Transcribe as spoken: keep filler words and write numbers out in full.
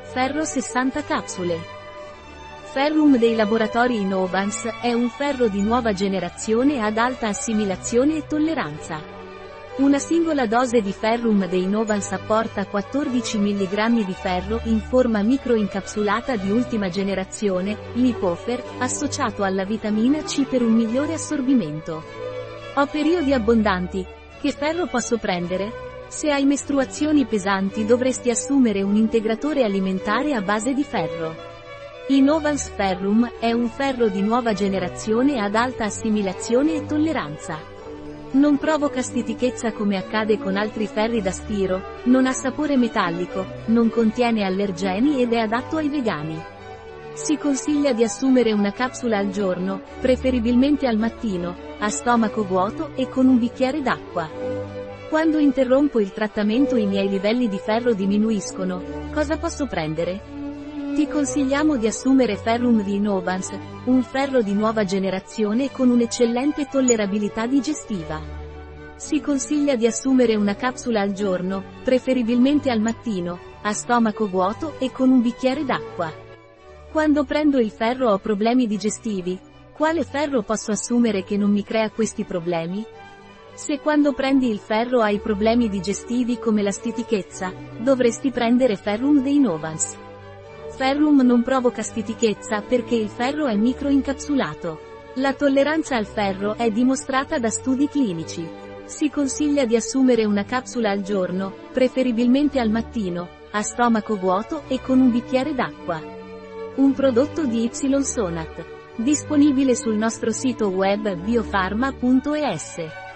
Ferro sessanta capsule. Ferrum dei laboratori Innovans è un ferro di nuova generazione ad alta assimilazione e tolleranza. Una singola dose di Ferrum dei Innovans apporta quattordici milligrammi di ferro in forma microincapsulata di ultima generazione, lipofer, associato alla vitamina C per un migliore assorbimento. Ho periodi abbondanti. Che ferro posso prendere? Se hai mestruazioni pesanti dovresti assumere un integratore alimentare a base di ferro. Innovans Ferrum è un ferro di nuova generazione ad alta assimilazione e tolleranza. Non provoca stitichezza come accade con altri ferri da stiro, non ha sapore metallico, non contiene allergeni ed è adatto ai vegani. Si consiglia di assumere una capsula al giorno, preferibilmente al mattino, a stomaco vuoto e con un bicchiere d'acqua. Quando interrompo il trattamento i miei livelli di ferro diminuiscono, cosa posso prendere? Ti consigliamo di assumere Ferrum di Innovans, un ferro di nuova generazione con un'eccellente tollerabilità digestiva. Si consiglia di assumere una capsula al giorno, preferibilmente al mattino, a stomaco vuoto e con un bicchiere d'acqua. Quando prendo il ferro ho problemi digestivi. Quale ferro posso assumere che non mi crea questi problemi? Se quando prendi il ferro hai problemi digestivi come la stitichezza, dovresti prendere Ferrum dei Innovans. Ferrum non provoca stitichezza perché il ferro è microincapsulato. La tolleranza al ferro è dimostrata da studi clinici. Si consiglia di assumere una capsula al giorno, preferibilmente al mattino, a stomaco vuoto e con un bicchiere d'acqua. Un prodotto di Ysonat. Disponibile sul nostro sito web biofarma punto es.